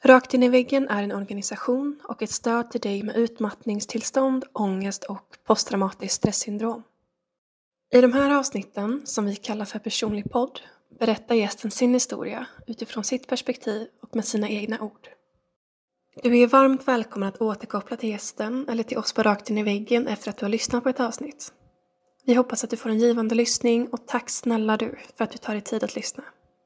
Rakt in i väggen är en organisation och ett stöd till dig med utmattningstillstånd, ångest och posttraumatiskt stresssyndrom. I de här avsnitten, som vi kallar för personlig podd, berättar gästen sin historia utifrån sitt perspektiv och med sina egna ord. Du är varmt välkommen att återkoppla till gästen eller till oss på Rakt in i väggen efter att du har lyssnat på ett avsnitt. Vi hoppas att du får en givande lyssning och tack snälla du för att du tar dig tid att lyssna.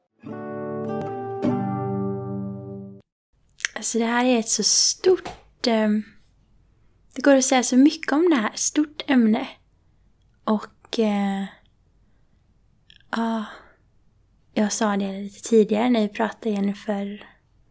Alltså det här är ett så stort... det går att säga så mycket om det här. Stort ämne. Och... jag sa det lite tidigare när vi pratade, Jennifer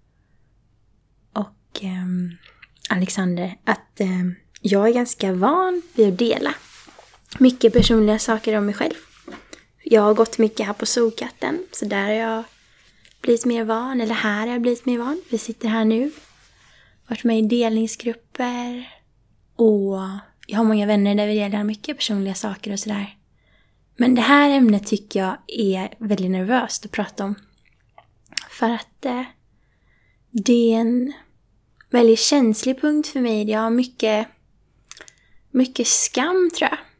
och Alexander, att jag är ganska van vid att dela mycket personliga saker om mig själv. Jag har gått mycket här på Solkatten, så där har jag blivit mer van, eller här har jag blivit mer van. Vi sitter här nu, varit med i delningsgrupper och jag har många vänner där vi delar mycket personliga saker och sådär. Men det här ämnet tycker jag är väldigt nervöst att prata om. För att det är en väldigt känslig punkt för mig. Jag har mycket skam, tror jag.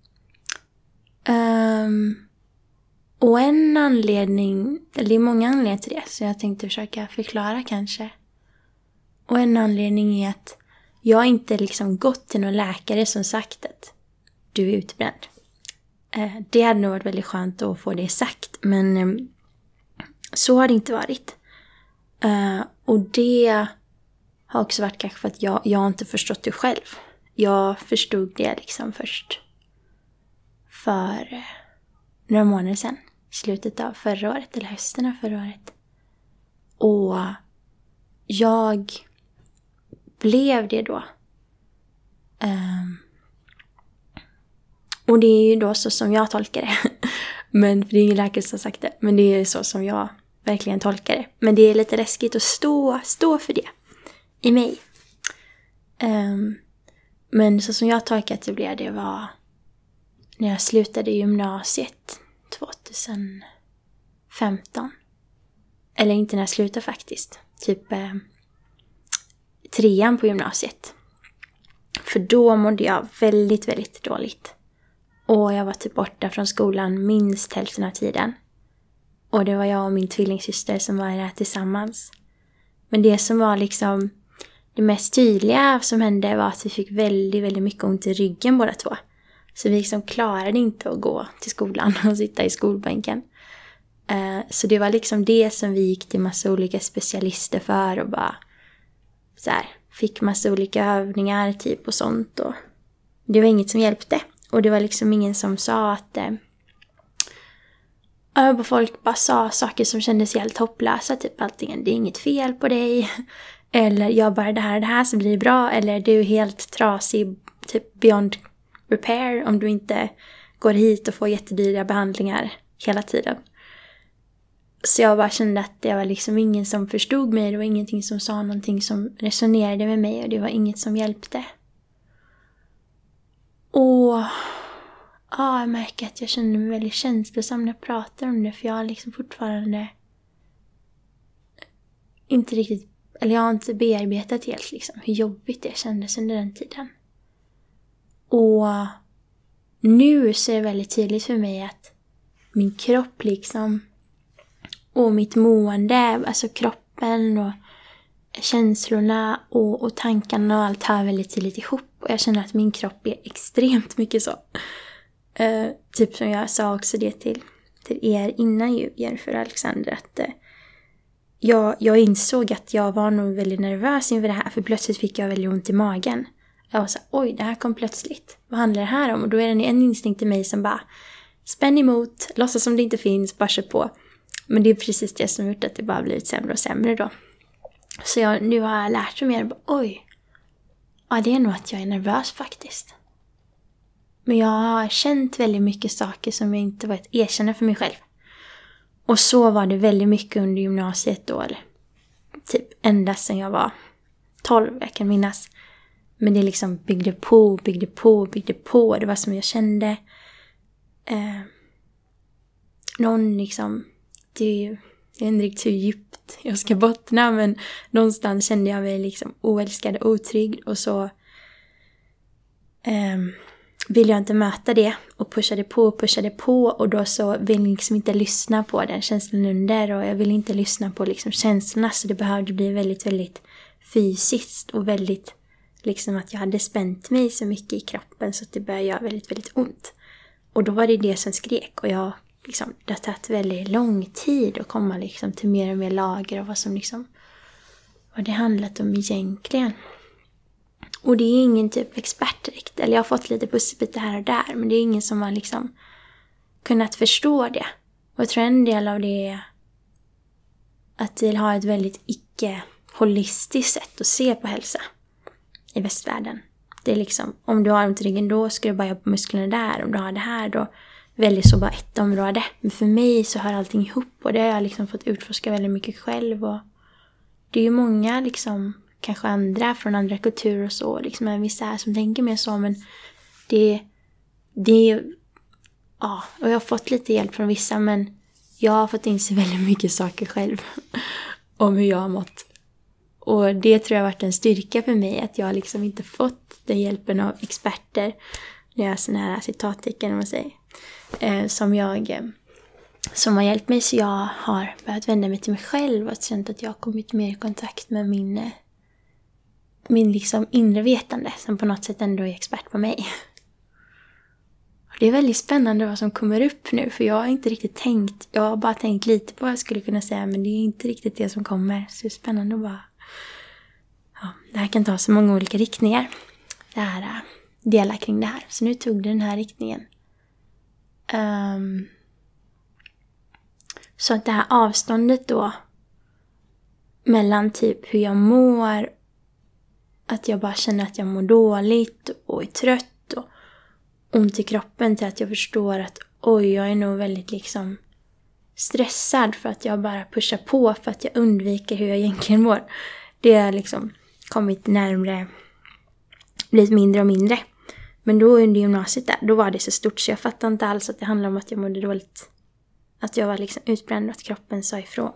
Och en anledning, eller det är många anledningar till det, så jag tänkte försöka förklara kanske. Och en anledning är att jag inte liksom gått till någon läkare som sagt att du är utbränd. Det hade nog varit väldigt skönt att få det sagt, men så har det inte varit. Och det har också varit kanske för att jag har inte förstått det själv. Jag förstod det liksom först för några månader sedan. Slutet av förra året eller hösten av förra året. Och jag blev det då. Och det är ju då så som jag tolkar det. Men det är ingen läkare som har sagt det. Men det är så som jag verkligen tolkar det. Men det är lite läskigt att stå för det i mig. Men så som jag tolkat det var när jag slutade gymnasiet 2015. Eller inte när jag slutade faktiskt. Typ 3:an på gymnasiet. För då mådde jag väldigt, väldigt dåligt. Och jag var typ borta från skolan minst hälften av tiden. Och det var jag och min tvillingsyster som var där tillsammans. Men det som var liksom det mest tydliga som hände var att vi fick väldigt, väldigt mycket ont i ryggen båda två. Så vi liksom klarade inte att gå till skolan och sitta i skolbänken. Så det var liksom det som vi gick till massa olika specialister för och bara så här, fick massa olika övningar typ och sånt. Och det var inget som hjälpte. Och det var liksom ingen som sa att... folk bara sa saker som kändes helt hopplösa. Typ allting, det är inget fel på dig. Eller gör bara det här så blir det bra. Eller du är helt trasig, typ beyond repair. Om du inte går hit och får jättedyra behandlingar hela tiden. Så jag bara kände att det var liksom ingen som förstod mig. Det var ingenting som sa någonting som resonerade med mig. Och det var inget som hjälpte. Och jag märker att jag känner mig väldigt känslosam när jag pratar om det. För jag har liksom fortfarande inte riktigt, eller jag har inte bearbetat helt liksom hur jobbigt det kändes under den tiden. Och nu så är det väldigt tydligt för mig att min kropp liksom och mitt mående, alltså kroppen och känslorna och tankarna och allt hör väldigt tydligt ihop. Och jag känner att min kropp är extremt mycket så. Typ som jag sa också det till er innan ju, Jennifer och Alexander, att jag insåg att jag var nog väldigt nervös inför det här. För plötsligt fick jag väldigt ont i magen. Jag var så oj, det här kom plötsligt. Vad handlar det här om? Och då är det en instinkt i mig som bara spänn emot, låtsas som det inte finns, bara kör på. Men det är precis det som gjort att det bara blivit sämre och sämre då. Så nu har jag lärt mig mer. Oj, det är nog att jag är nervös faktiskt. Men jag har känt väldigt mycket saker som jag inte varit erkänna för mig själv. Och så var det väldigt mycket under gymnasiet då. Eller typ ända sedan jag var 12, jag kan minnas. Men det liksom byggde på. Det var som jag kände. Någon liksom... Jag vet inte riktigt hur djupt jag ska bottna, men någonstans kände jag mig liksom oälskad och otrygg. Och så ville jag inte möta det och pushade på. Och då så ville jag liksom inte lyssna på den känslan under. Och jag ville inte lyssna på liksom känslorna, så det behövde bli väldigt, väldigt fysiskt. Och väldigt liksom att jag hade spänt mig så mycket i kroppen så att det började göra väldigt, väldigt ont. Och då var det som skrek. Och jag liksom, det har tagit väldigt lång tid att komma liksom till mer och mer lager av vad som liksom, vad det handlat om egentligen. Och det är ingen typ expert direkt. Eller jag har fått lite pusselbitar här och där. Men det är ingen som har liksom kunnat förstå det. Och jag tror en del av det är att vi har ett väldigt icke-holistiskt sätt att se på hälsa i västvärlden. Det är liksom, om du har ont i ryggen då ska du bara jobba på musklerna där. Om du har det här då väljer så bara ett område. Men för mig så hör allting ihop. Och det har jag liksom fått utforska väldigt mycket själv. Och det är ju många liksom, kanske andra från andra kulturer och så. Liksom vissa här som tänker mer så. Men det ja, och jag har fått lite hjälp från vissa. Men jag har fått inse väldigt mycket saker själv. Om hur jag har mått. Och det tror jag har varit en styrka för mig. Att jag liksom inte fått den hjälpen av experter. Nu är jag sån här citattecken om man säger. Som har hjälpt mig. Så jag har börjat vända mig till mig själv. Och känt att jag har kommit mer i kontakt med min liksom inre vetande. Som på något sätt ändå är expert på mig. Och det är väldigt spännande vad som kommer upp nu. För jag har inte riktigt tänkt. Jag har bara tänkt lite på vad jag skulle kunna säga. Men det är inte riktigt det som kommer. Så det är spännande att bara... Ja, det här kan ta så många olika riktningar. Det här delar kring det här. Så nu tog det den här riktningen. Så att det här avståndet då mellan typ hur jag mår, att jag bara känner att jag mår dåligt och är trött och ont i kroppen, till att jag förstår att oj, jag är nog väldigt liksom stressad för att jag bara pushar på för att jag undviker hur jag egentligen mår. Det har liksom kommit närmare, blivit mindre och mindre. Men då under gymnasiet där, då var det så stort så jag fattade inte alls att det handlade om att jag mådde dåligt. Att jag var liksom utbränd och att kroppen sa ifrån.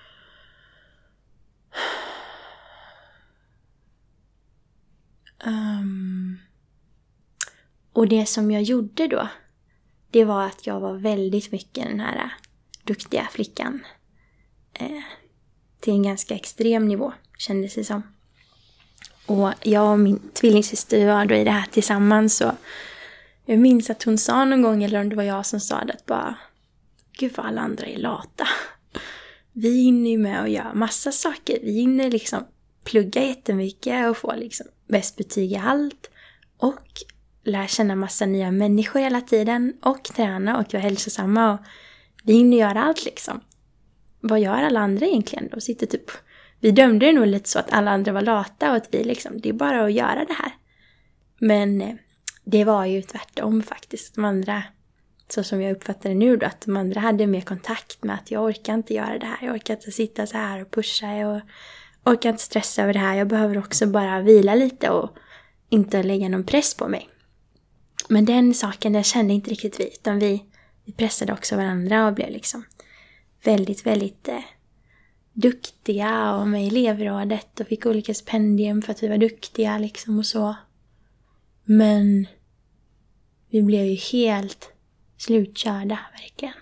Och det som jag gjorde då, det var att jag var väldigt mycket den här duktiga flickan. Till en ganska extrem nivå, kändes det som. Och jag och min tvillingsyster var då i det här tillsammans. Så jag minns att hon sa någon gång, eller om det var jag som sa det, att bara, gud vad alla andra är lata. Vi hinner ju med att göra massa saker. Vi hinner liksom plugga jättemycket och få liksom bäst betyg i allt. Och lära känna massa nya människor hela tiden. Och träna och vara hälsosamma. Och vi hinner göra allt liksom. Vad gör alla andra egentligen? De sitter typ... Vi dömde det nog lite så att alla andra var lata och att vi liksom, det är bara att göra det här. Men det var ju tvärtom faktiskt. De andra, så som jag uppfattade nu då, att de andra hade mer kontakt med att jag orkar inte göra det här. Jag orkar inte sitta så här och pusha och orkar inte stressa över det här. Jag behöver också bara vila lite och inte lägga någon press på mig. Men den saken, den kände inte riktigt vi. Utan vi pressade också varandra och blev liksom väldigt, väldigt... duktiga och med i elevrådet och fick olika stipendium för att vi var duktiga liksom och så. Men vi blev ju helt slutkörda, verkligen.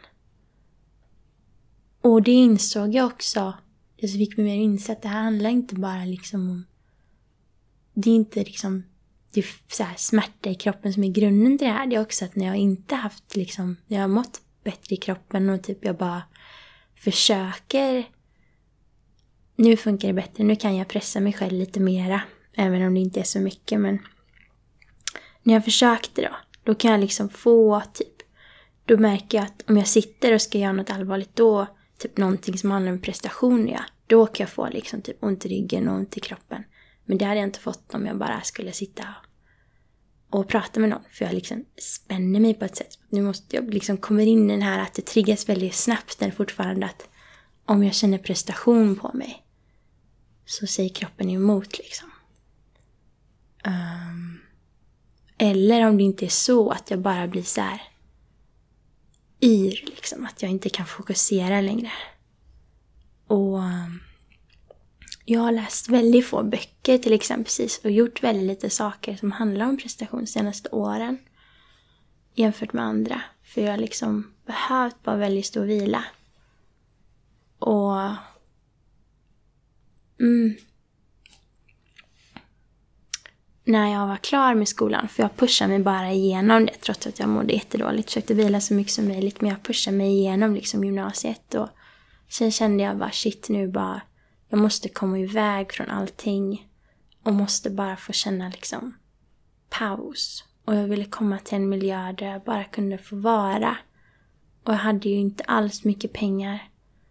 Och det insåg jag också. Det så fick vi mer inse att det här handlar inte bara liksom om... Det är inte liksom... Det är så här smärta i kroppen som är grunden till det här. Det är också att när jag inte haft liksom... När jag har mått bättre i kroppen och typ jag bara försöker... Nu funkar det bättre. Nu kan jag pressa mig själv lite mera. Även om det inte är så mycket. Men när jag försökte då kan jag liksom få typ... Då märker jag att om jag sitter och ska göra något allvarligt då... Typ någonting som handlar om prestation. Ja, då kan jag få liksom typ ont i ryggen och ont i kroppen. Men det hade jag inte fått om jag bara skulle sitta och prata med någon. För jag liksom spänner mig på ett sätt. Nu måste jag liksom komma in i den här att det triggas väldigt snabbt. När fortfarande att om jag känner prestation på mig. Så säger kroppen emot liksom. Eller om det inte är så att jag bara blir så här yr liksom. Att jag inte kan fokusera längre. Och jag har läst väldigt få böcker till exempel precis, och gjort väldigt lite saker som handlar om prestation de senaste åren jämfört med andra. För jag har liksom behövt bara väldigt stor vila. Och när jag var klar med skolan, för jag pushade mig bara igenom det trots att jag mådde jättedåligt, försökte vila så mycket som möjligt, men jag pushade mig igenom liksom gymnasiet. Och sen kände jag bara shit, nu bara jag måste komma iväg från allting och måste bara få känna liksom paus. Och jag ville komma till en miljö där jag bara kunde få vara. Och jag hade ju inte alls mycket pengar.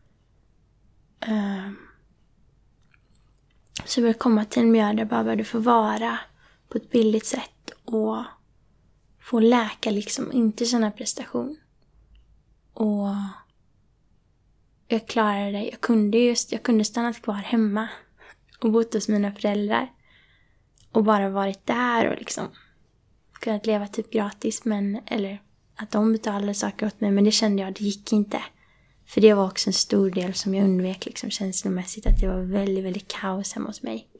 Så jag ville komma till en miljö där jag bara började få vara på ett billigt sätt. Och få läka liksom, inte känna prestation. Och jag klarade det. Jag kunde stanna kvar hemma och bott hos mina föräldrar. Och bara varit där och liksom kunnat leva typ gratis, eller att de betalade saker åt mig, men det kände jag, det gick inte. För det var också en stor del som jag undvek liksom känslomässigt, att det var väldigt, väldigt kaos hemma hos mig.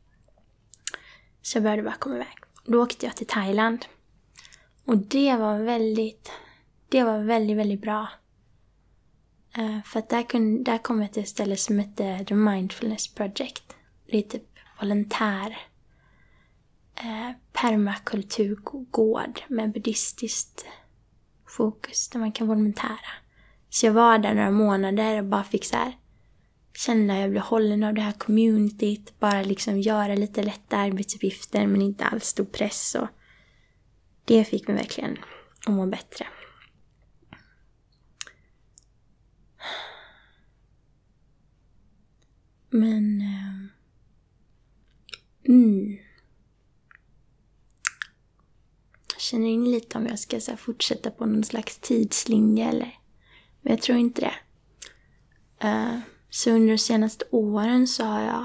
Så jag började bara komma iväg. Då åkte jag till Thailand. Och det var väldigt, väldigt bra. För att där kom jag till ett ställe som hette The Mindfulness Project. Det är typ volontär permakulturgård med buddhistiskt fokus där man kan volontära. Så jag var där några månader och bara fick så här känna att jag blev hållen av det här communityt, bara liksom göra lite lätta arbetsuppgifter men inte alls stor press, och det fick mig verkligen att må bättre. Men jag känner in lite om jag ska så här fortsätta på någon slags tidslinje eller, men jag tror inte det. Så under de senaste åren så har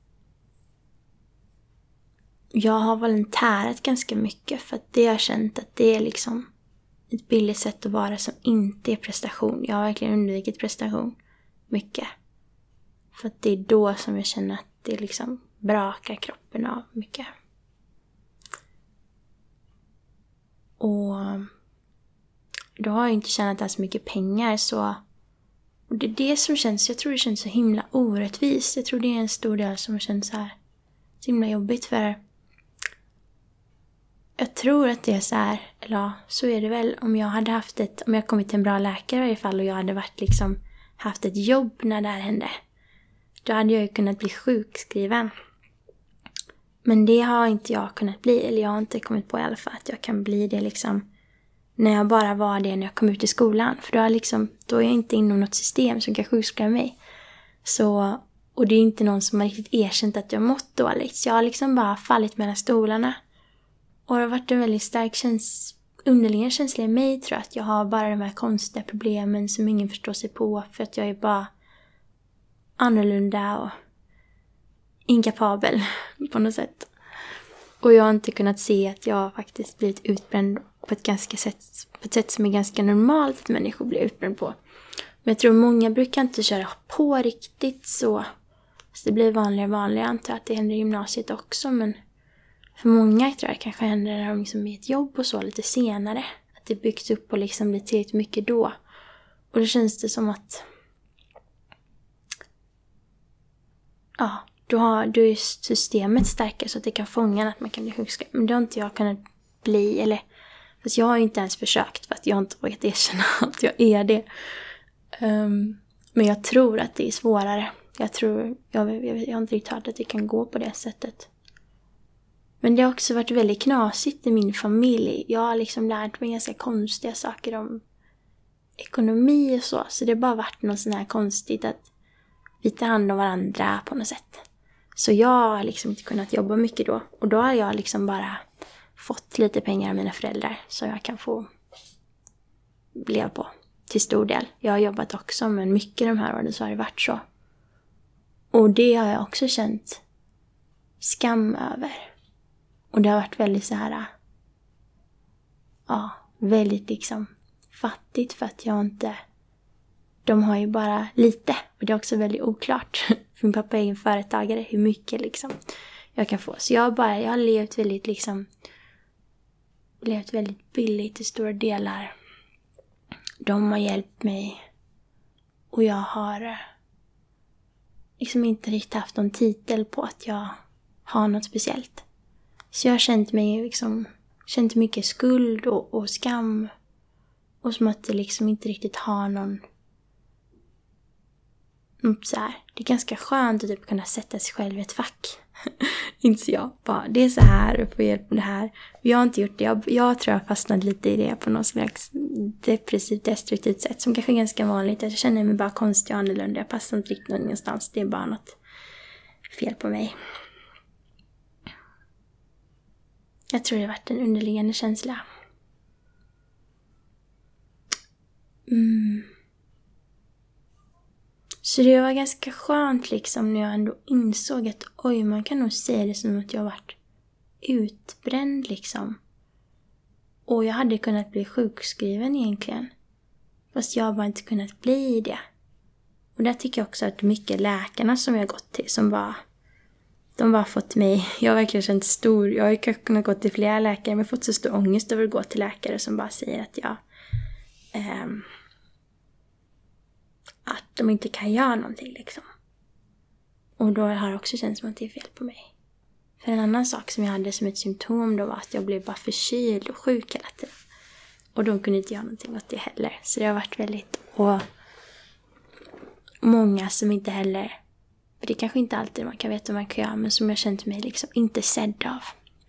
jag har volontärat ganska mycket, för att det har känt att det är liksom ett billigt sätt att vara som inte är prestation. Jag har verkligen undvikit prestation mycket. För att det är då som jag känner att det liksom brakar kroppen av mycket. Och då har jag inte tjänat alls mycket pengar, så och det är det som känns, jag tror det känns så himla orättvist. Jag tror det är en stor del som känns så himla jobbigt, för jag tror att det är så här, eller ja, så är det väl, om jag kommit till en bra läkare i varje fall, och jag hade varit liksom haft ett jobb när det här hände, då hade jag ju kunnat bli sjukskriven. Men det har inte jag kunnat bli, eller jag har inte kommit på i alla fall att jag kan bli det liksom när jag bara var det när jag kom ut i skolan. För då är jag inte inom något system som kan sjukskriva mig. Så, och det är inte någon som har riktigt erkänt att jag mått dåligt. Så jag har liksom bara fallit mellan stolarna. Och det har varit en väldigt stark underliggande känsla i mig, tror jag. Att jag har bara de här konstiga problemen som ingen förstår sig på. För att jag är bara annorlunda och inkapabel på något sätt. Och jag har inte kunnat se att jag faktiskt blivit utbränd på ett sätt som är ganska normalt att människor blir utbränd på. Men jag tror många brukar inte köra på riktigt så. Så det blir vanligare och vanligare. Jag antar att det händer i gymnasiet också. Men för många tror jag det kanske händer när de liksom är ett jobb och så lite senare. Att det byggs upp och liksom blir tillräckligt mycket då. Och då känns det som att då är systemet starkare så att det kan fånga att man kan bli sjukskriven. Men det har inte jag kunnat bli. Fast jag har inte ens försökt, för att jag inte vågat erkänna att jag är det. Men jag tror att det är svårare. Jag har inte riktigt hört att det kan gå på det sättet. Men det har också varit väldigt knasigt i min familj. Jag har liksom lärt mig ganska konstiga saker om ekonomi och så. Så det har bara varit något sån här konstigt att vi tar hand om varandra på något sätt. Så jag har liksom inte kunnat jobba mycket då. Och då har jag liksom bara fått lite pengar av mina föräldrar som jag kan få leva på till stor del. Jag har jobbat också, men mycket de här åren så har det varit så. Och det har jag också känt skam över. Och det har varit väldigt så här, väldigt liksom fattigt, för att jag inte de har ju bara lite. Och det är också väldigt oklart. För min pappa är en företagare, hur mycket liksom jag kan få. Så jag har levt väldigt liksom, levt väldigt billigt i stora delar. De har hjälpt mig. Och jag har liksom inte riktigt haft någon titel på att jag har något speciellt. Så jag har känt mycket skuld och skam. Och som att det liksom inte riktigt har något så här. Det är ganska skönt att typ kunna sätta sig själv i ett fack. Inte så jag. Bara, det är så här och få hjälp med det här. Jag har inte gjort det. Jag tror jag fastnat lite i det på något slags depressivt, destruktivt sätt. Som kanske är ganska vanligt. Jag känner mig bara konstig och annorlunda. Jag passar inte riktigt någonstans. Det är bara något fel på mig. Jag tror det har varit en underliggande känsla. Så det var ganska skönt liksom när jag ändå insåg att man kan nog säga det som att jag varit utbränd liksom. Och jag hade kunnat bli sjukskriven egentligen. Fast jag har bara inte kunnat bli det. Och där tycker jag också att mycket läkarna som jag gått till de bara fått mig, jag har verkligen känt jag har kanske kunnat gå till flera läkare men jag har fått så stor ångest över att gå till läkare som bara säger att att de inte kan göra någonting liksom. Och då har det också känts som att det är fel på mig. För en annan sak som jag hade som ett symptom då var att jag blev bara förkyld och sjuk hela tiden. Och de kunde inte göra någonting åt det heller. Så det har varit väldigt, och många som inte heller, för det är kanske inte alltid man kan veta vad man kan göra, men som jag känt mig liksom inte sedd av.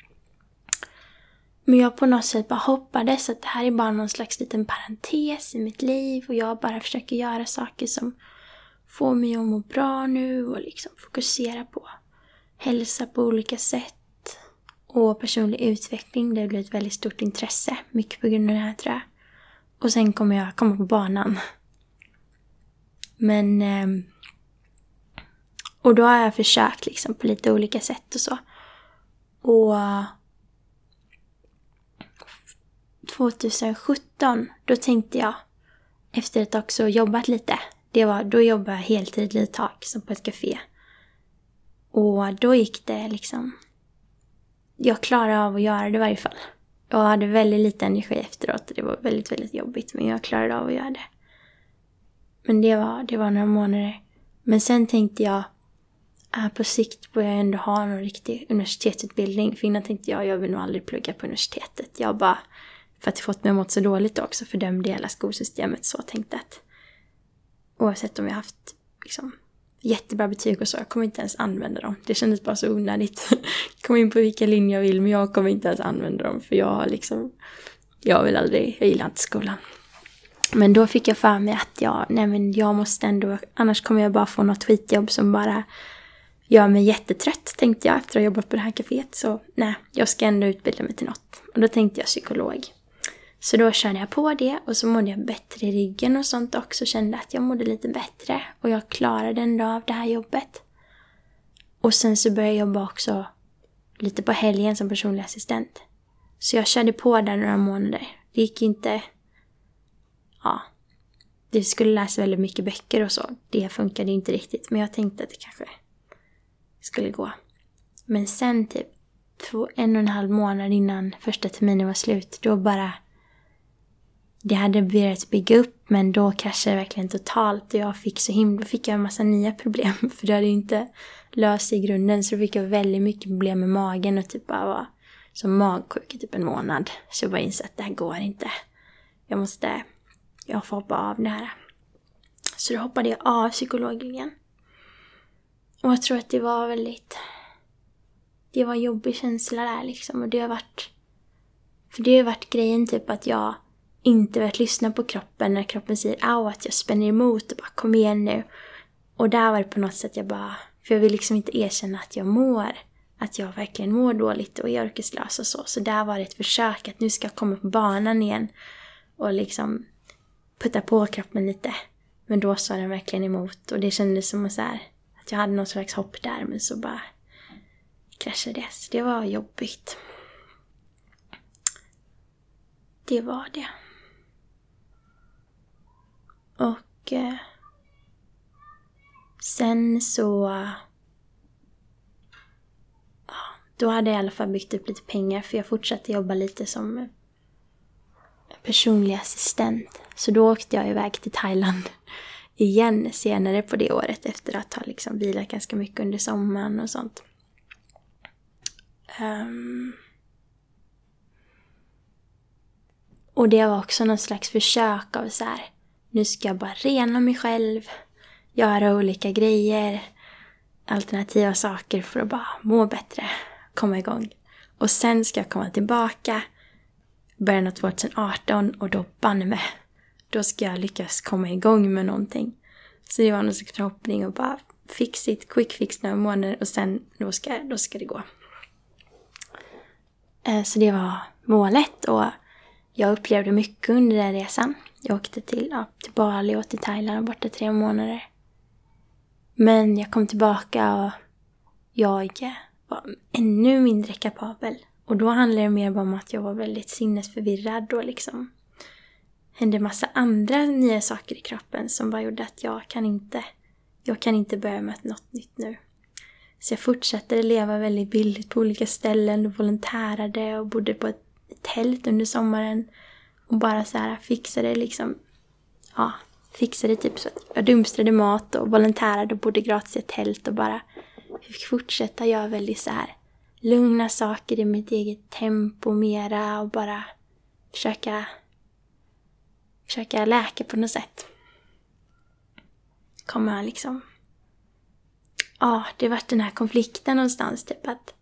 Men jag på något sätt bara hoppades att det här är bara någon slags liten parentes i mitt liv. Och jag bara försöker göra saker som får mig att må bra nu. Och liksom fokusera på hälsa på olika sätt. Och personlig utveckling. Det blir ett väldigt stort intresse. Mycket på grund av det här tror jag. Och sen kommer jag komma på banan. Men och då har jag försökt liksom på lite olika sätt och så. Och 2017, då tänkte jag, efter att också jobbat lite, då jobbade jag heltid ett tag som på ett café. Och då gick det liksom, jag klarade av att göra det i varje fall. Jag hade väldigt lite energi efteråt och det var väldigt, väldigt jobbigt, men jag klarade av att göra det. Men det var några månader. Men sen tänkte jag, på sikt bör jag ändå ha någon riktig universitetsutbildning. För innan tänkte jag vill nog aldrig plugga på universitetet. Jag bara, för att jag fått mig att må så dåligt också, fördömde hela skolsystemet så, tänkte att oavsett om jag haft liksom jättebra betyg och så, jag kommer inte ens använda dem. Det kändes bara så onödigt. Kom in på vilka linjer jag vill, men jag kommer inte ens använda dem. För jag gillar inte skolan. Men då fick jag för mig att jag måste ändå, annars kommer jag bara få något skitjobb som bara gör mig jättetrött, tänkte jag efter att ha jobbat på det här kaféet. Så nej, jag ska ändå utbilda mig till något. Och då tänkte jag psykolog. Så då körde jag på det och så mådde jag bättre i ryggen och sånt också. Kände att jag mådde lite bättre och jag klarade ändå av det här jobbet. Och sen så började jag jobba också lite på helgen som personlig assistent. Så jag körde på där några månader. Det gick inte, det skulle läsa väldigt mycket böcker och så. Det funkade inte riktigt, men jag tänkte att det kanske skulle gå. Men sen typ 1,5 månad innan första terminen var slut, då bara, det hade börjat bygga upp, men då kraschade det verkligen totalt och då fick jag en massa nya problem, för det hade inte löst sig i grunden, så då fick jag väldigt mycket problem med magen och typ bara var som magsjuk i typ en månad. Så jag bara insåg att det här går inte. Jag får hoppa av det här. Så då hoppade jag av psykologlinjen. Och jag tror att det var jobbig känsla där liksom. Och det har varit grejen typ att jag inte velat lyssna på kroppen när kroppen säger att jag spänner emot och bara kom igen nu. Och där var det på något sätt för jag vill liksom inte erkänna att jag verkligen mår dåligt och är orkeslös och så. Så där var det ett försök att nu ska jag komma på banan igen och liksom putta på kroppen lite. Men då sa den verkligen emot och det kändes som att jag hade någon slags hopp där, men så bara kraschade det. Så det var jobbigt. Det var det. Och Sen så... Ja, då hade jag i alla fall byggt upp lite pengar. För jag fortsatte jobba lite som personlig assistent. Så då åkte jag iväg till Thailand igen senare på det året. Efter att ha liksom vilat ganska mycket under sommaren och sånt. Och det var också någon slags försök av så här: nu ska jag bara rena mig själv, göra olika grejer, alternativa saker för att bara må bättre, komma igång. Och sen ska jag komma tillbaka början av 2018 och då banne mig, då ska jag lyckas komma igång med någonting. Så det var någon slags förhoppning och bara quick fix några månader och sen då ska det gå. Så det var målet och jag upplevde mycket under den resan. Jag åkte till Bali och till Thailand borta 3 månader. Men jag kom tillbaka och jag var ännu mindre kapabel. Och då handlade det mer om att jag var väldigt sinnesförvirrad och liksom hände massa andra nya saker i kroppen som bara gjorde att jag kan inte börja med något nytt nu. Så jag fortsatte leva väldigt billigt på olika ställen och volontärade och bodde på ett tält under sommaren och bara så här fixade typ så att jag dumstrade mat och volontärade och bodde gratis i ett tält och bara fick fortsätta göra väldigt så här lugna saker i mitt eget tempo mera och bara försöka läka på något sätt. Komma liksom... det var den här konflikten någonstans typ att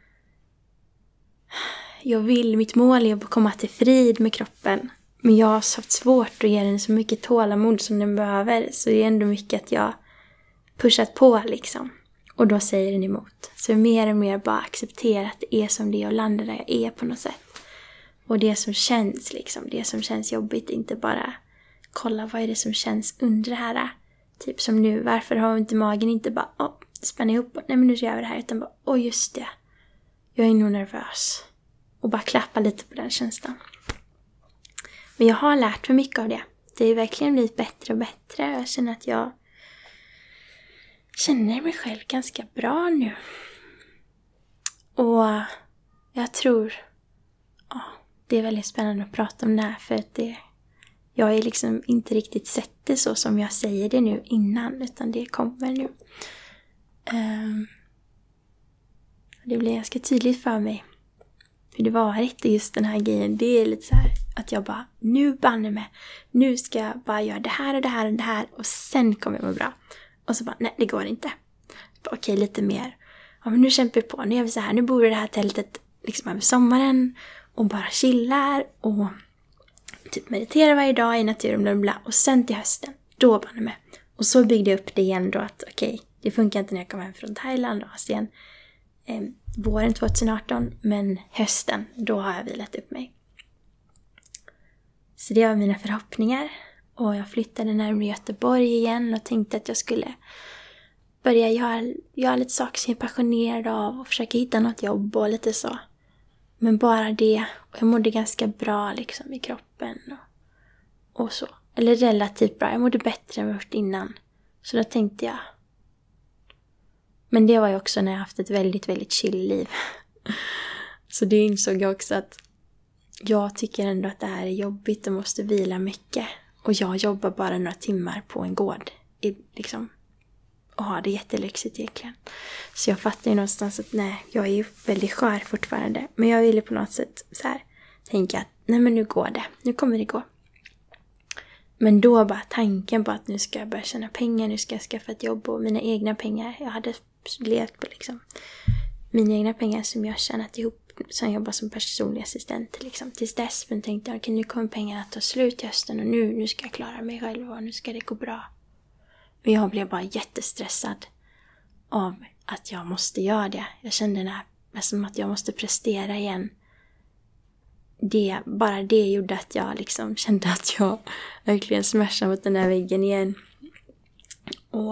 mitt mål är att komma till frid med kroppen. Men jag har haft svårt att ge den så mycket tålamod som den behöver. Så det är ändå mycket att jag pushat på liksom. Och då säger den emot. Så mer och mer bara acceptera att det är som det är och landa där jag är på något sätt. Och det som känns liksom, det som känns jobbigt, inte bara kolla vad är det som känns under det här. Typ som nu, varför har inte magen inte bara spänna ihop och nej men nu gör vi det här. Utan bara, just det, jag är nog nervös. Och bara klappa lite på den känslan. Men jag har lärt mig mycket av det. Det är verkligen blivit bättre och bättre. Jag känner att jag känner mig själv ganska bra nu. Och jag tror det är väldigt spännande att prata om det här. För att jag har liksom inte riktigt sett det så som jag säger det nu innan. Utan det kommer nu. Det blir ganska tydligt för mig. Hur det varit och just den här grejen. Det är lite så här att jag bara, nu banne mig. Nu ska jag bara göra det här och det här och det här. Och sen kommer jag må bra. Och så bara, nej det går inte. Okej, lite mer. Ja men nu kämpar vi på. Nu gör vi så här. Nu bor vi i det här tältet liksom över sommaren. Och bara chillar. Och typ mediterar varje dag i naturen. Bla bla. Och sen till hösten. Då banne mig. Och så byggde jag upp det igen då att okej, det funkar inte när jag kommer hem från Thailand och Asien. Våren 2018, men hösten, då har jag vilat upp mig. Så det var mina förhoppningar. Och jag flyttade närmare Göteborg igen och tänkte att jag skulle börja göra lite saker som jag är passionerad av och försöka hitta något jobb och lite så. Men bara det, och jag mådde ganska bra liksom i kroppen och så. Eller relativt bra, jag mådde bättre än först innan. Så då tänkte jag. Men det var ju också när jag haft ett väldigt, väldigt chill liv. Så det insåg jag också att jag tycker ändå att det här är jobbigt och måste vila mycket. Och jag jobbar bara några timmar på en gård. Liksom, och har det jättelyxigt egentligen. Så jag fattar ju någonstans att nej, jag är ju väldigt skör fortfarande. Men jag ville på något sätt så här tänka att nej men nu går det. Nu kommer det gå. Men då bara tanken på att nu ska jag börja tjäna pengar. Nu ska jag skaffa ett jobb och mina egna pengar. Jag hade levt på liksom mina egna pengar som jag tjänat ihop. Som jag jobbar som personlig assistent liksom. Tills dess men tänkte jag okej, nu kommer pengarna att ta slut i hösten. Och nu ska jag klara mig själv och nu ska det gå bra. Men jag blev bara jättestressad av att jag måste göra det. Jag kände som att jag måste prestera igen. Bara det gjorde att jag liksom kände att jag verkligen smashade mot den där väggen igen. Och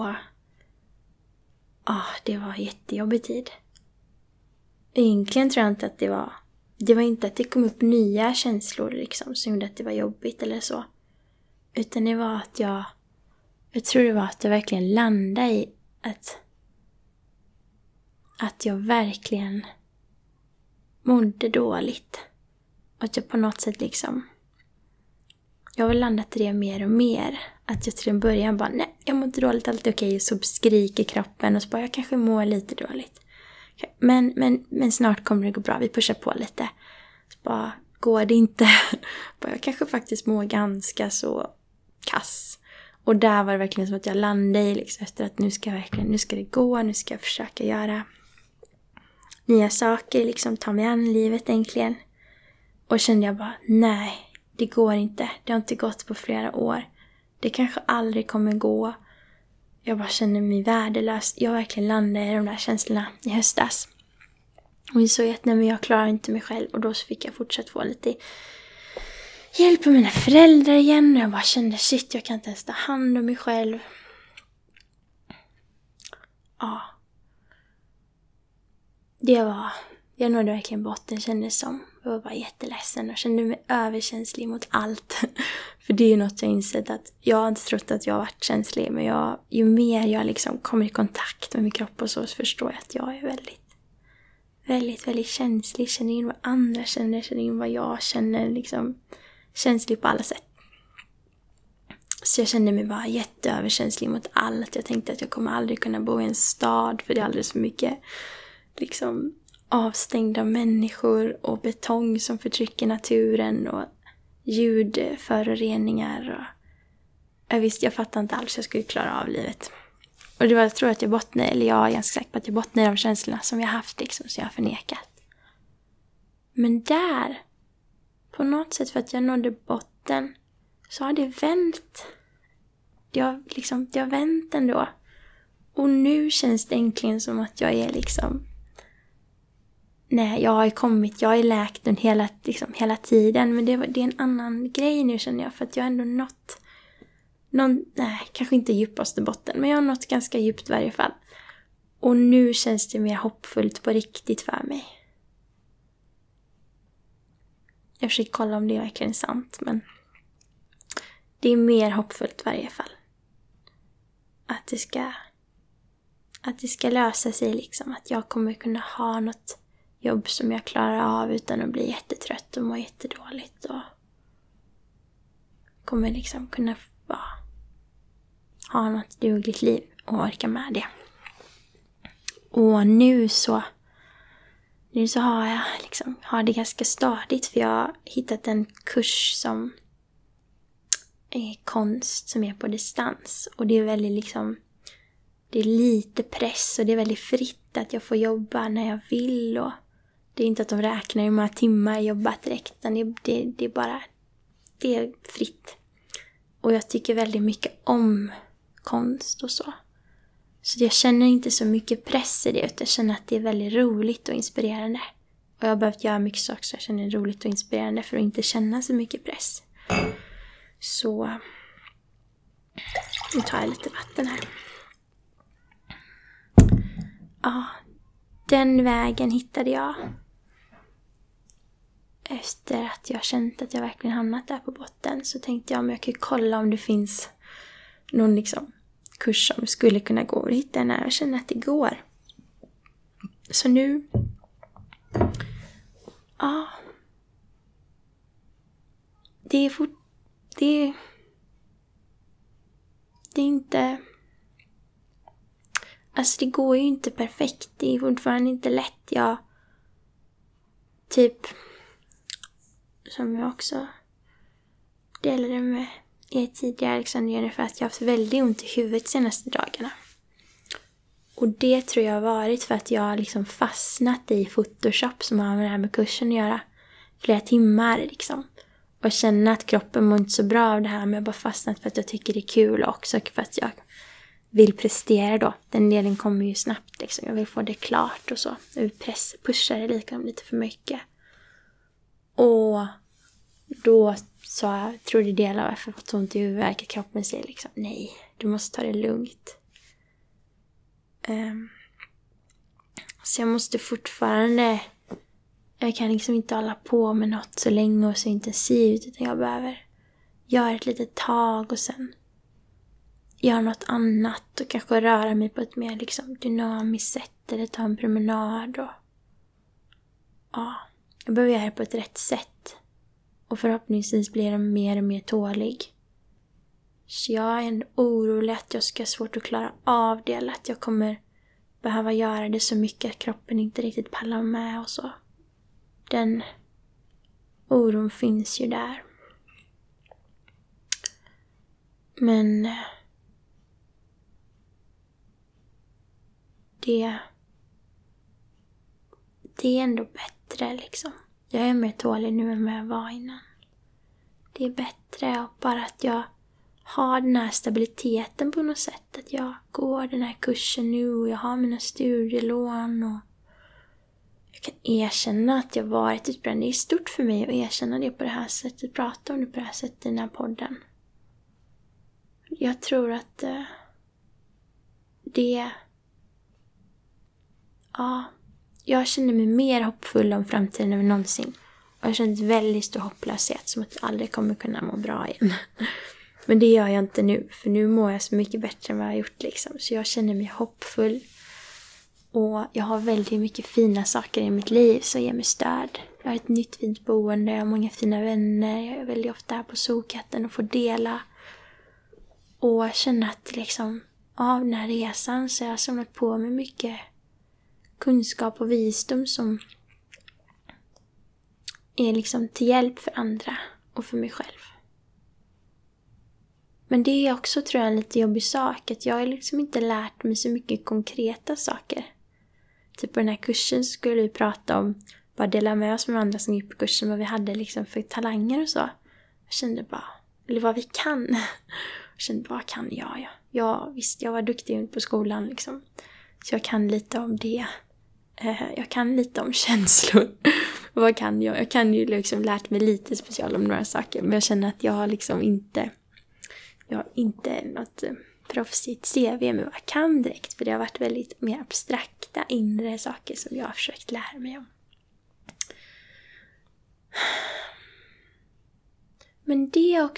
det var en jättejobbig tid. Egentligen tror jag inte att det var inte att det kom upp nya känslor liksom som gjorde att det var jobbigt eller så. Utan det var att jag tror det var att jag verkligen landade i att jag verkligen mådde dåligt. Och att jag på något sätt liksom, jag har landat i det mer och mer. Att jag till en början bara, nej, jag mår inte dåligt, allt är okej. Och så skriker kroppen och så bara, jag kanske mår lite dåligt. Men snart kommer det gå bra, vi pushar på lite. Så bara, går det inte? Bara, jag kanske faktiskt mår ganska så kass. Och där var det verkligen som att jag landade i liksom, efter att nu ska det gå, nu ska jag försöka göra nya saker, liksom ta mig an livet äntligen. Och kände jag bara, nej, det går inte. Det har inte gått på flera år. Det kanske aldrig kommer gå. Jag bara känner mig värdelös. Jag verkligen landade i de där känslorna i höstas. Och jag såg att nej, men jag klarar inte mig själv. Och då fick jag fortsatt få lite hjälp av mina föräldrar igen. Och jag bara kände, shit, jag kan inte ens ta hand om mig själv. Ja. Jag nådde verkligen botten, kändes som. Jag var bara jätteledsen och kände mig överkänslig mot allt. För det är ju något jag insett att jag har inte trott att jag har varit känslig. Men ju mer jag liksom kommer i kontakt med min kropp och så förstår jag att jag är väldigt, väldigt känslig. Känner in vad andra känner in vad jag känner. Liksom känslig på alla sätt. Så jag kände mig bara jätteöverkänslig mot allt. Jag tänkte att jag kommer aldrig kunna bo i en stad för det är alldeles för mycket liksom avstängda människor och betong som förtrycker naturen och ljudföroreningar. Och jag fattade inte alls jag skulle klara av livet. Och det var, jag tror att jag bottnade, eller jag är ganska säker på att jag bottnade i de känslorna som jag haft liksom, så jag har förnekat. Men där, på något sätt för att jag nådde botten, så har det vänt. Det har vänt ändå. Och nu känns det äntligen som att jag är liksom, nej, jag är läkt den hela tiden. Men det är en annan grej nu känner jag. För att jag har ändå nått kanske inte djupaste botten. Men jag har nått ganska djupt i varje fall. Och nu känns det mer hoppfullt på riktigt för mig. Jag försöker kolla om det är verkligen sant. Men det är mer hoppfullt i varje fall. Att det ska lösa sig liksom. Att jag kommer kunna ha något jobb som jag klarar av utan att bli jättetrött och må jättedåligt. Och kommer liksom kunna ha något dugligt liv och orka med det. Och nu så har jag har det ganska stadigt. För jag har hittat en kurs som är konst som är på distans. Och det är väldigt det är lite press och det är väldigt fritt att jag får jobba när jag vill. Och det är inte att de räknar hur många timmar jag jobbat direkt. Det är bara, det är fritt. Och jag tycker väldigt mycket om konst och så. Så jag känner inte så mycket press i det. Utan jag känner att det är väldigt roligt och inspirerande. Och jag har behövt göra mycket saker så jag känner det roligt och inspirerande för att inte känna så mycket press. Så nu tar jag lite vatten här. Ja, den vägen hittade jag. Efter att jag känt att jag verkligen hamnat där på botten så tänkte jag om jag kunde kolla om det finns någon kurs som skulle kunna gå och hitta när jag känner att det går. Så nu det är inte, alltså det går ju inte perfekt. Det är fortfarande inte lätt. Jag som jag också delade med er tidigare för att jag har haft väldigt ont i huvudet senaste dagarna. Och det tror jag har varit för att jag har fastnat i Photoshop som har med det här med kursen att göra flera timmar Och känner att kroppen mår inte så bra av det här, men jag har bara fastnat för att jag tycker det är kul och också för att jag vill prestera då. Den delen kommer ju snabbt Jag vill få det klart och så. Jag pushar det lite för mycket. Och då så tror det del av varför jag fått ont i huvudet att kroppen säger nej, du måste ta det lugnt. Så jag måste fortfarande, jag kan inte hålla på med något så länge och så intensivt, utan jag behöver göra ett litet tag och sen göra något annat och kanske röra mig på ett mer liksom dynamiskt sätt eller ta en promenad. Och ja, jag behöver göra det på ett rätt sätt. Och förhoppningsvis blir jag mer och mer tålig. Så jag är ändå orolig att jag ska ha svårt att klara av det. Eller att jag kommer behöva göra det så mycket att kroppen inte riktigt pallar med och så. Den oron finns ju där. Men det är ändå bättre liksom. Jag är mer tålig nu än vad jag var innan. Det är bättre och bara att jag har den här stabiliteten på något sätt. Att jag går den här kursen nu och jag har mina studielån och jag kan erkänna att jag varit utbränd. Det är stort för mig att erkänna det på det här sättet. Prata om det på det här sättet i den här podden. Jag tror att jag känner mig mer hoppfull om framtiden än någonsin. Och jag känner väldigt stor hopplöshet, som att jag aldrig kommer kunna må bra igen. Men det gör jag inte nu, för nu mår jag så mycket bättre än vad jag har gjort liksom. Så jag känner mig hoppfull. Och jag har väldigt mycket fina saker i mitt liv som ger mig stöd. Jag har ett nytt fint boende, jag har många fina vänner. Jag är väldigt ofta här på Solkatten och får dela. Och jag känner att liksom, av den här resan så har jag samlat på mig mycket kunskap och visdom som är liksom till hjälp för andra och för mig själv. Men det är också, tror jag, en lite jobbig sak. Att jag har liksom inte lärt mig så mycket konkreta saker. Typ på den här kursen så skulle vi prata om, bara dela med oss med andra som gick på kursen, vad vi hade liksom för talanger och så. Jag kände bara, eller vad vi kan. Jag kände, vad kan jag? Ja, visst, jag var duktig på skolan liksom. Så jag kan lite om det. Jag kan lite om känslor. Vad kan jag? Jag kan ju liksom lärt mig lite speciellt om några saker. Men jag känner att jag har liksom inte... Jag har inte något proffsigt CV med vad jag kan direkt. För det har varit väldigt mer abstrakta inre saker som jag har försökt lära mig om. Men det har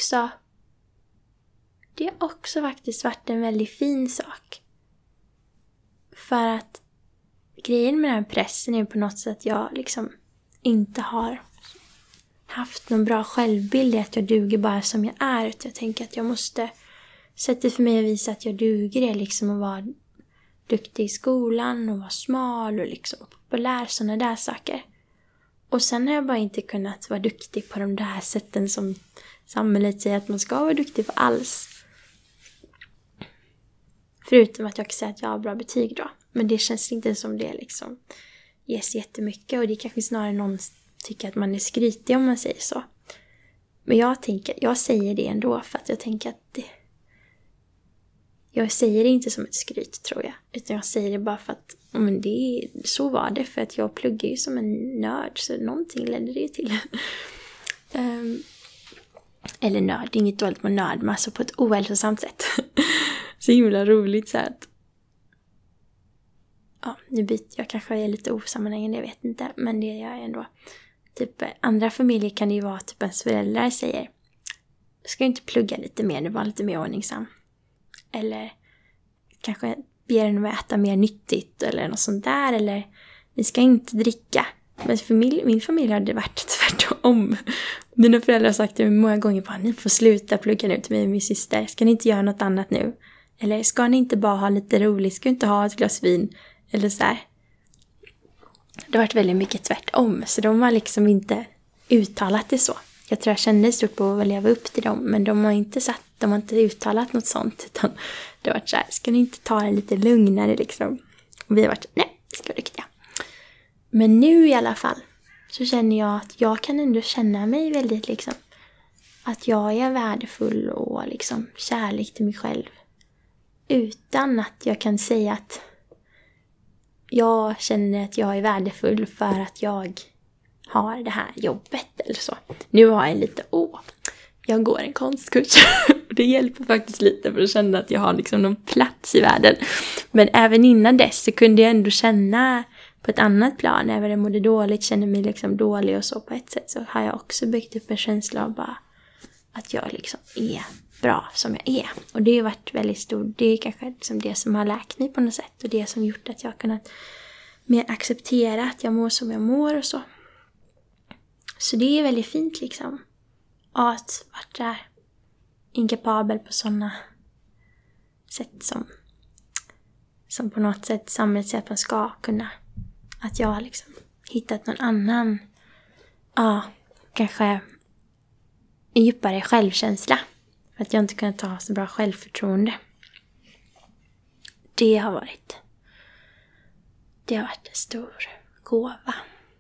också faktiskt varit en väldigt fin sak. För att grejen med den här pressen är på något sätt att jag liksom inte har haft någon bra självbild i att jag duger bara som jag är. Utan jag tänker att jag måste, sättet för mig att visa att jag duger är liksom att vara duktig i skolan och vara smal och liksom populär, sådana där saker. Och sen har jag bara inte kunnat vara duktig på de där sätten som samhället säger att man ska vara duktig på alls. Förutom att jag kan säga att jag har bra betyg då. Men det känns inte som det liksom ges jättemycket. Och det är kanske snarare någon tycker att man är skrytig om man säger så. Men jag säger det ändå för att jag tänker att jag säger det inte som ett skryt, tror jag. Utan jag säger det bara för att så var det. För att jag pluggar ju som en nörd. Så någonting ledde det till. Eller nörd, det är inget dåligt med nörd. Men alltså på ett ohälsosamt sätt. Så himla roligt så att... Ja, nu byter jag, kanske är lite osammanhängande, jag vet inte. Men det gör jag ändå. Typ andra familjer kan det ju vara typ ens föräldrar säger: du ska inte plugga lite mer, det var lite mer ordningsam. Eller kanske ber en att äta mer nyttigt eller något sånt där. Eller ni ska inte dricka. Men för min familj har det varit tvärtom. Mina föräldrar har sagt det många gånger på: ni får sluta plugga nu till mig och min syster. Ska ni inte göra något annat nu? Eller ska ni inte bara ha lite roligt? Ska ni inte ha ett glas vin? Eller så här. Det har varit väldigt mycket tvärtom. Så de har liksom inte uttalat det så. Jag tror jag kände stort på att leva upp till dem. Men de har inte uttalat något sånt. Utan det har varit så här: ska ni inte ta det lite lugnare liksom? Och vi har varit, nej, vi ska vara duktiga. Men nu i alla fall så känner jag att jag kan ändå känna mig väldigt liksom, att jag är värdefull och liksom kärlek till mig själv. Utan att jag kan säga att jag känner att jag är värdefull för att jag har det här jobbet eller så. Nu har jag lite, jag går en konstkurs. Det hjälper faktiskt lite för att känna att jag har liksom någon plats i världen. Men även innan dess så kunde jag ändå känna på ett annat plan. Även om jag mådde dåligt, kände mig liksom dålig och så på ett sätt. Så har jag också byggt upp en känsla av bara, att jag liksom är bra som jag är. Och det har varit väldigt stort. Det är kanske liksom det som har läkt mig på något sätt. Och det som gjort att jag har kunnat mer acceptera att jag mår som jag mår och så. Så det är väldigt fint liksom. Att vara där inkapabel på sådana sätt som på något sätt samhället säger att man ska kunna. Att jag har liksom hittat någon annan, kanske en djupare självkänsla. För att jag inte kunnat ta så bra självförtroende. Det har varit en stor gåva.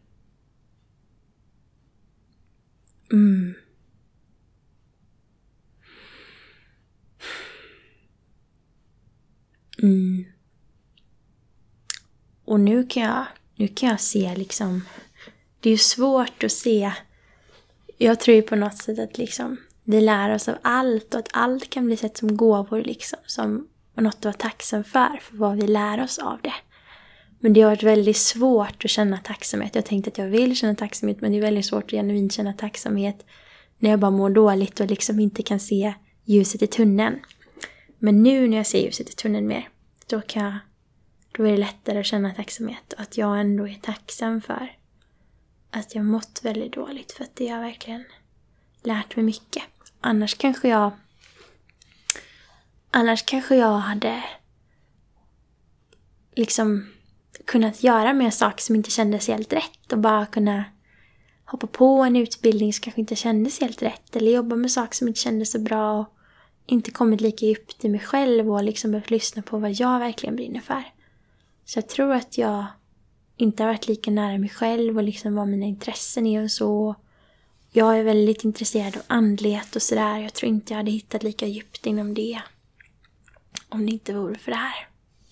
Och nu kan jag se liksom, det är ju svårt att se. Jag tror ju på något sätt att liksom vi lär oss av allt, och att allt kan bli sett som gåvor liksom, som något att vara tacksam för vad vi lär oss av det. Men det har varit väldigt svårt att känna tacksamhet. Jag tänkte att jag vill känna tacksamhet, men det är väldigt svårt att genuint känna tacksamhet när jag bara mår dåligt och liksom inte kan se ljuset i tunneln. Men nu när jag ser ljuset i tunneln mer, då är det lättare att känna tacksamhet. Och att jag ändå är tacksam för att jag mått väldigt dåligt. För att det har verkligen lärt mig mycket. Annars kanske jag hade liksom kunnat göra mer saker som inte kändes helt rätt. Och bara kunna hoppa på en utbildning som kanske inte kändes helt rätt. Eller jobba med saker som inte kändes så bra. Och inte kommit lika djupt i mig själv. Och liksom behövt lyssna på vad jag verkligen brinner för. Så jag tror att jag inte har varit lika nära mig själv. Och liksom vad mina intressen är och så. Jag är väldigt intresserad av andlighet och sådär. Jag tror inte jag hade hittat lika djupt inom det om det inte vore för det här.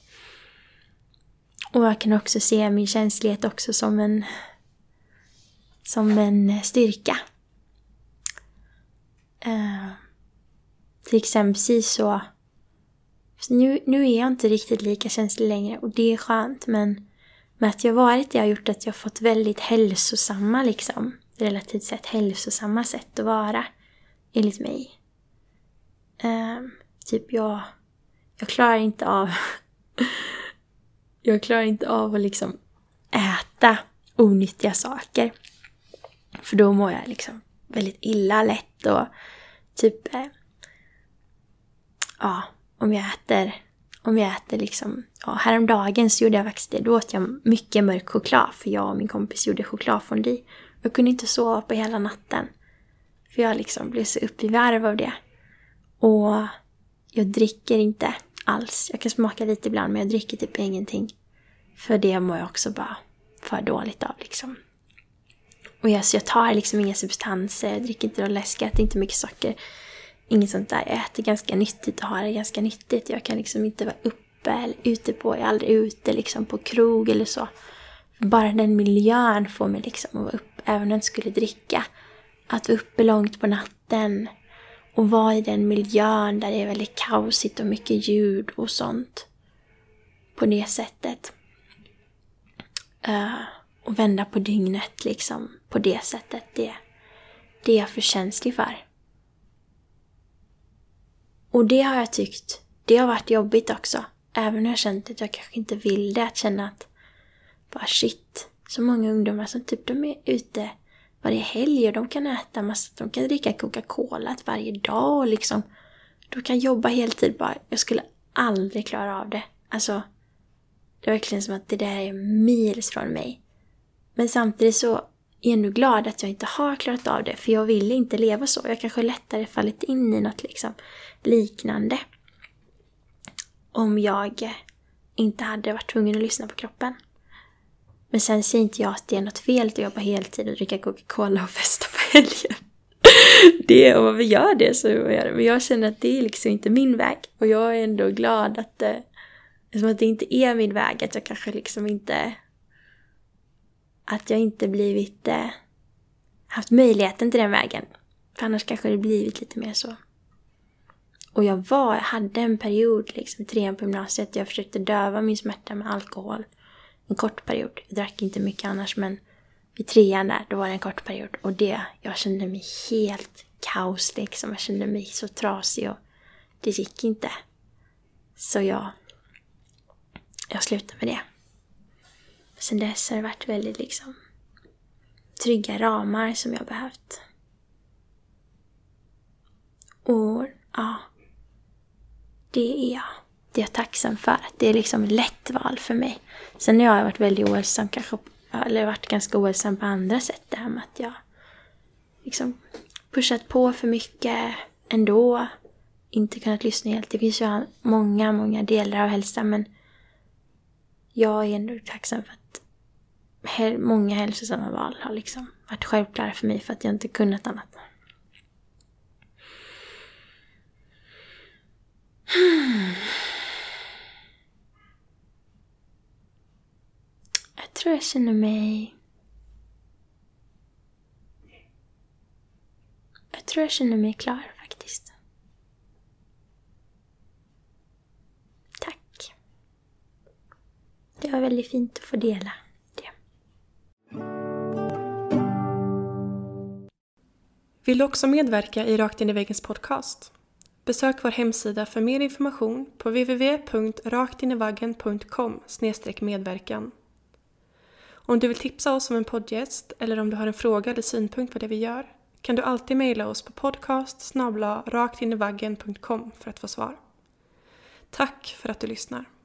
Och jag kan också se min känslighet också som en styrka. Till exempel så nu är jag inte riktigt lika känslig längre. Och det är skönt. Men med att jag varit det har gjort att jag fått väldigt hälsosamma liksom. Relativt sett hälsosamma sätt att vara. Enligt mig. Typ jag klarar inte av att liksom äta onyttiga saker. För då mår jag liksom väldigt illa lätt. Och typ om jag äter liksom, häromdagen så gjorde jag faktiskt det. Då åt jag mycket mörk choklad. För jag och min kompis gjorde chokladfondue. Jag kunde inte sova på hela natten. För jag liksom blev så upp i varv av det. Och jag dricker inte alls. Jag kan smaka lite ibland, men jag dricker typ ingenting. För det mår jag också bara för dåligt av liksom. Och jag tar liksom inga substanser. Jag dricker inte någon läsk, jag äter inte mycket socker. Inget sånt där. Jag äter ganska nyttigt och har det ganska nyttigt. Jag kan liksom inte vara uppe eller ute på. Jag är aldrig ute liksom på krog eller så. Bara den miljön får mig liksom att vara uppe. Även om jag inte skulle dricka. Att vara uppe långt på natten. Och vara i den miljön där det är väldigt kaosigt och mycket ljud och sånt. På det sättet. Och vända på dygnet liksom. På det sättet. Det är jag för känslig för. Och det har jag tyckt. Det har varit jobbigt också. Även när jag känt att jag kanske inte vill det. Att känna att bara shit. Så många ungdomar som typ de är ute varje helg. Och de kan äta massa. De kan dricka Coca-Cola varje dag. Och liksom. De kan jobba heltid bara. Jag skulle aldrig klara av det. Alltså. Det är verkligen som att det där är mils från mig. Men samtidigt så är jag ändå glad att jag inte har klarat av det. För jag vill inte leva så. Jag kanske lättare fallit in i något liksom liknande. Om jag inte hade varit tvungen att lyssna på kroppen. Men sen säger inte jag att det är något fel att jobba heltid och dricka Coca-Cola och festa på helgen. Om vi gör det så gör jag det. Men jag känner att det är liksom inte min väg. Och jag är ändå glad att som att det inte är min väg. Att jag kanske liksom inte. Att jag inte blivit haft möjligheten till den vägen. För annars kanske det blivit lite mer så. Och jag hade en period liksom i 3:an på gymnasiet. Jag försökte döva min smärta med alkohol. En kort period. Jag drack inte mycket annars, men vid 3:an där, då var det en kort period. Och jag kände mig helt paus liksom. Jag kände mig så trasig och det gick inte. Så jag slutade med det. Sen dess har det varit väldigt liksom trygga ramar som jag behövt. Och ja, det är jag tacksam för. Det är liksom ett lätt val för mig. Sen har jag varit väldigt ohälsam kanske, eller varit ganska ohälsam på andra sätt. Det här med att jag liksom pushat på för mycket ändå. Inte kunnat lyssna helt. Det finns ju många delar av hälsan, men jag är ändå tacksam för att många hälsosamma val har liksom varit självklara för mig för att jag inte kunnat annat. Jag tror jag känner mig klar faktiskt. Tack. Det var väldigt fint att få dela det. Vill du också medverka i Rakt in i väggens podcast? Besök vår hemsida för mer information på www.raktinivaggen.com/medverkan. Om du vill tipsa oss om en poddgäst eller om du har en fråga eller synpunkt på det vi gör kan du alltid mejla oss på podcast@raktinivaggen.com för att få svar. Tack för att du lyssnar.